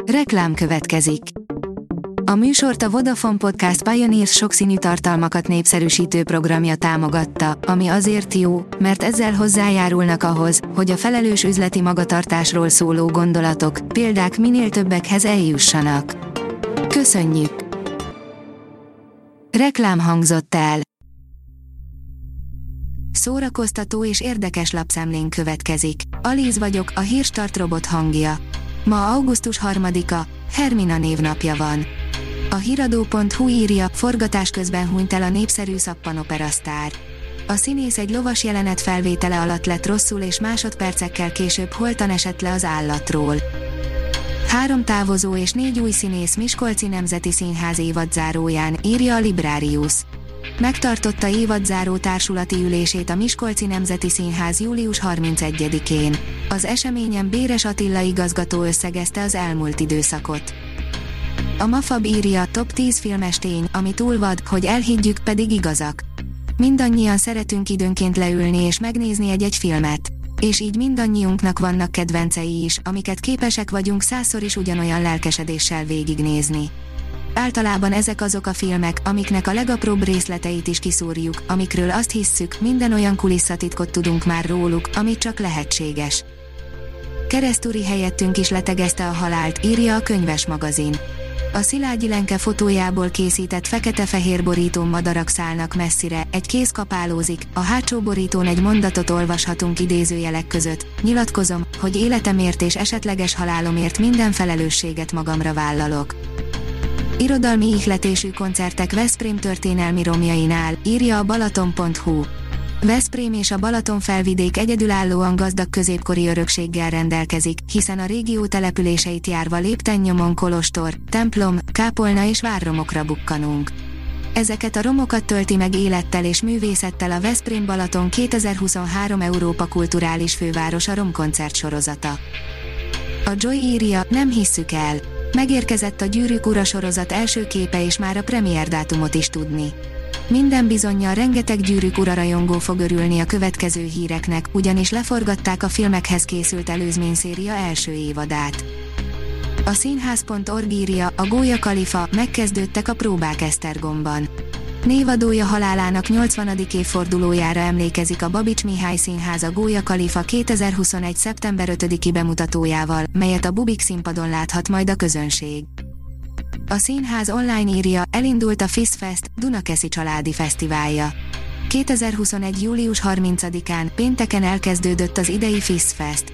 Reklám következik. A műsort a Vodafone Podcast Pioneers sokszínű tartalmakat népszerűsítő programja támogatta, ami azért jó, mert ezzel hozzájárulnak ahhoz, hogy a felelős üzleti magatartásról szóló gondolatok, példák minél többekhez eljussanak. Köszönjük! Reklám hangzott el. Szórakoztató és érdekes lapszemlén következik. Alíz vagyok, a Hírstart robot hangja. Ma augusztus 3-a, Hermina névnapja van. A hiradó.hu írja, forgatás közben hunyt el a népszerű szappanopera sztár. A színész egy lovas jelenet felvétele alatt lett rosszul és másodpercekkel később holtan esett le az állatról. 3 távozó és 4 új színész Miskolci Nemzeti Színház évadzáróján, írja a Librarius. Megtartotta évadzáró társulati ülését a Miskolci Nemzeti Színház július 31-én. Az eseményen Béres Attila igazgató összegezte az elmúlt időszakot. A Mafab írja, top 10 filmes tény, ami túl vad, hogy elhiggyük, pedig igazak. Mindannyian szeretünk időnként leülni és megnézni egy-egy filmet. És így mindannyiunknak vannak kedvencei is, amiket képesek vagyunk 100-szor is ugyanolyan lelkesedéssel végignézni. Általában ezek azok a filmek, amiknek a legapróbb részleteit is kiszúrjuk, amikről azt hisszük, minden olyan kulisszatitkot tudunk már róluk, amit csak lehetséges. Keresztúri helyettünk is letegezte a halált, írja a Könyves magazin. A Szilágyi Lenke fotójából készített fekete-fehér borítón madarak szállnak messzire, egy kéz kapálózik, a hátsó borítón egy mondatot olvashatunk idézőjelek között, nyilatkozom, hogy életemért és esetleges halálomért minden felelősséget magamra vállalok. Irodalmi ihletésű koncertek Veszprém történelmi romjainál, írja a Balaton.hu. Veszprém és a Balaton felvidék egyedülállóan gazdag középkori örökséggel rendelkezik, hiszen a régió településeit járva léptennyomon kolostor, templom, kápolna és várromokra bukkanunk. Ezeket a romokat tölti meg élettel és művészettel a Veszprém-Balaton 2023 Európa kulturális fővárosa romkoncert sorozata. A Joy írja, nem hisszük el. Megérkezett a Gyűrűk ura sorozat első képe és már a premier dátumot is tudni. Minden bizonnyal rengeteg Gyűrűk ura rajongó fog örülni a következő híreknek, ugyanis leforgatták a filmekhez készült előzményszéria első évadát. A színház.org írja, a Gólya Kalifa, megkezdődtek a próbák Esztergomban. Névadója halálának 80. évfordulójára emlékezik a Babics Mihály Színház a Gólya Kalifa 2021. szeptember 5-i bemutatójával, melyet a Bubik színpadon láthat majd a közönség. A színház online írja, elindult a FISZ Fest, Dunakeszi családi fesztiválja. 2021. július 30-án, pénteken elkezdődött az idei FISZ Fest.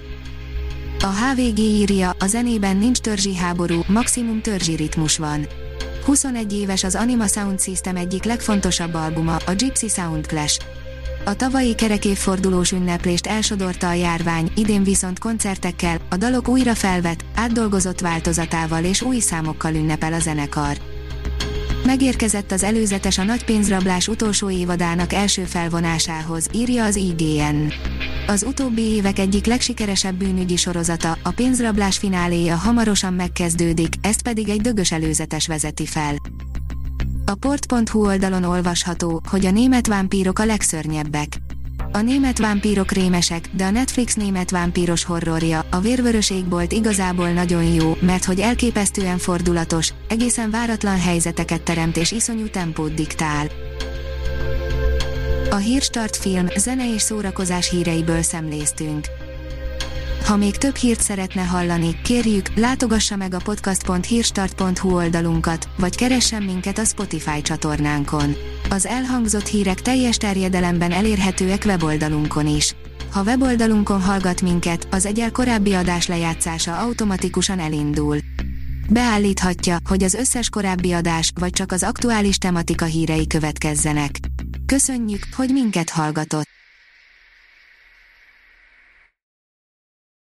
A HVG írja, a zenében nincs törzsi háború, maximum törzsi ritmus van. 21 éves az Anima Sound System egyik legfontosabb albuma, a Gypsy Sound Clash. A tavalyi kerekévfordulós ünneplést elsodorta a járvány, idén viszont koncertekkel, a dalok újra felvett, átdolgozott változatával és új számokkal ünnepel a zenekar. Megérkezett az előzetes a Nagy pénzrablás utolsó évadának első felvonásához, írja az IGN. Az utóbbi évek egyik legsikeresebb bűnügyi sorozata, a pénzrablás fináléja hamarosan megkezdődik, ezt pedig egy dögös előzetes vezeti fel. A port.hu oldalon olvasható, hogy a német vámpírok a legszörnyebbek. A német vámpírok rémesek, de a Netflix német vámpíros horrorja, a Vérvörös égbolt igazából nagyon jó, mert hogy elképesztően fordulatos, egészen váratlan helyzeteket teremt és iszonyú tempót diktál. A Hírstart film, zene és szórakozás híreiből szemléztünk. Ha még több hírt szeretne hallani, kérjük, látogassa meg a podcast.hírstart.hu oldalunkat, vagy keressen minket a Spotify csatornánkon. Az elhangzott hírek teljes terjedelemben elérhetőek weboldalunkon is. Ha weboldalunkon hallgat minket, az egyel korábbi adás lejátszása automatikusan elindul. Beállíthatja, hogy az összes korábbi adás, vagy csak az aktuális tematika hírei következzenek. Köszönjük, hogy minket hallgatott!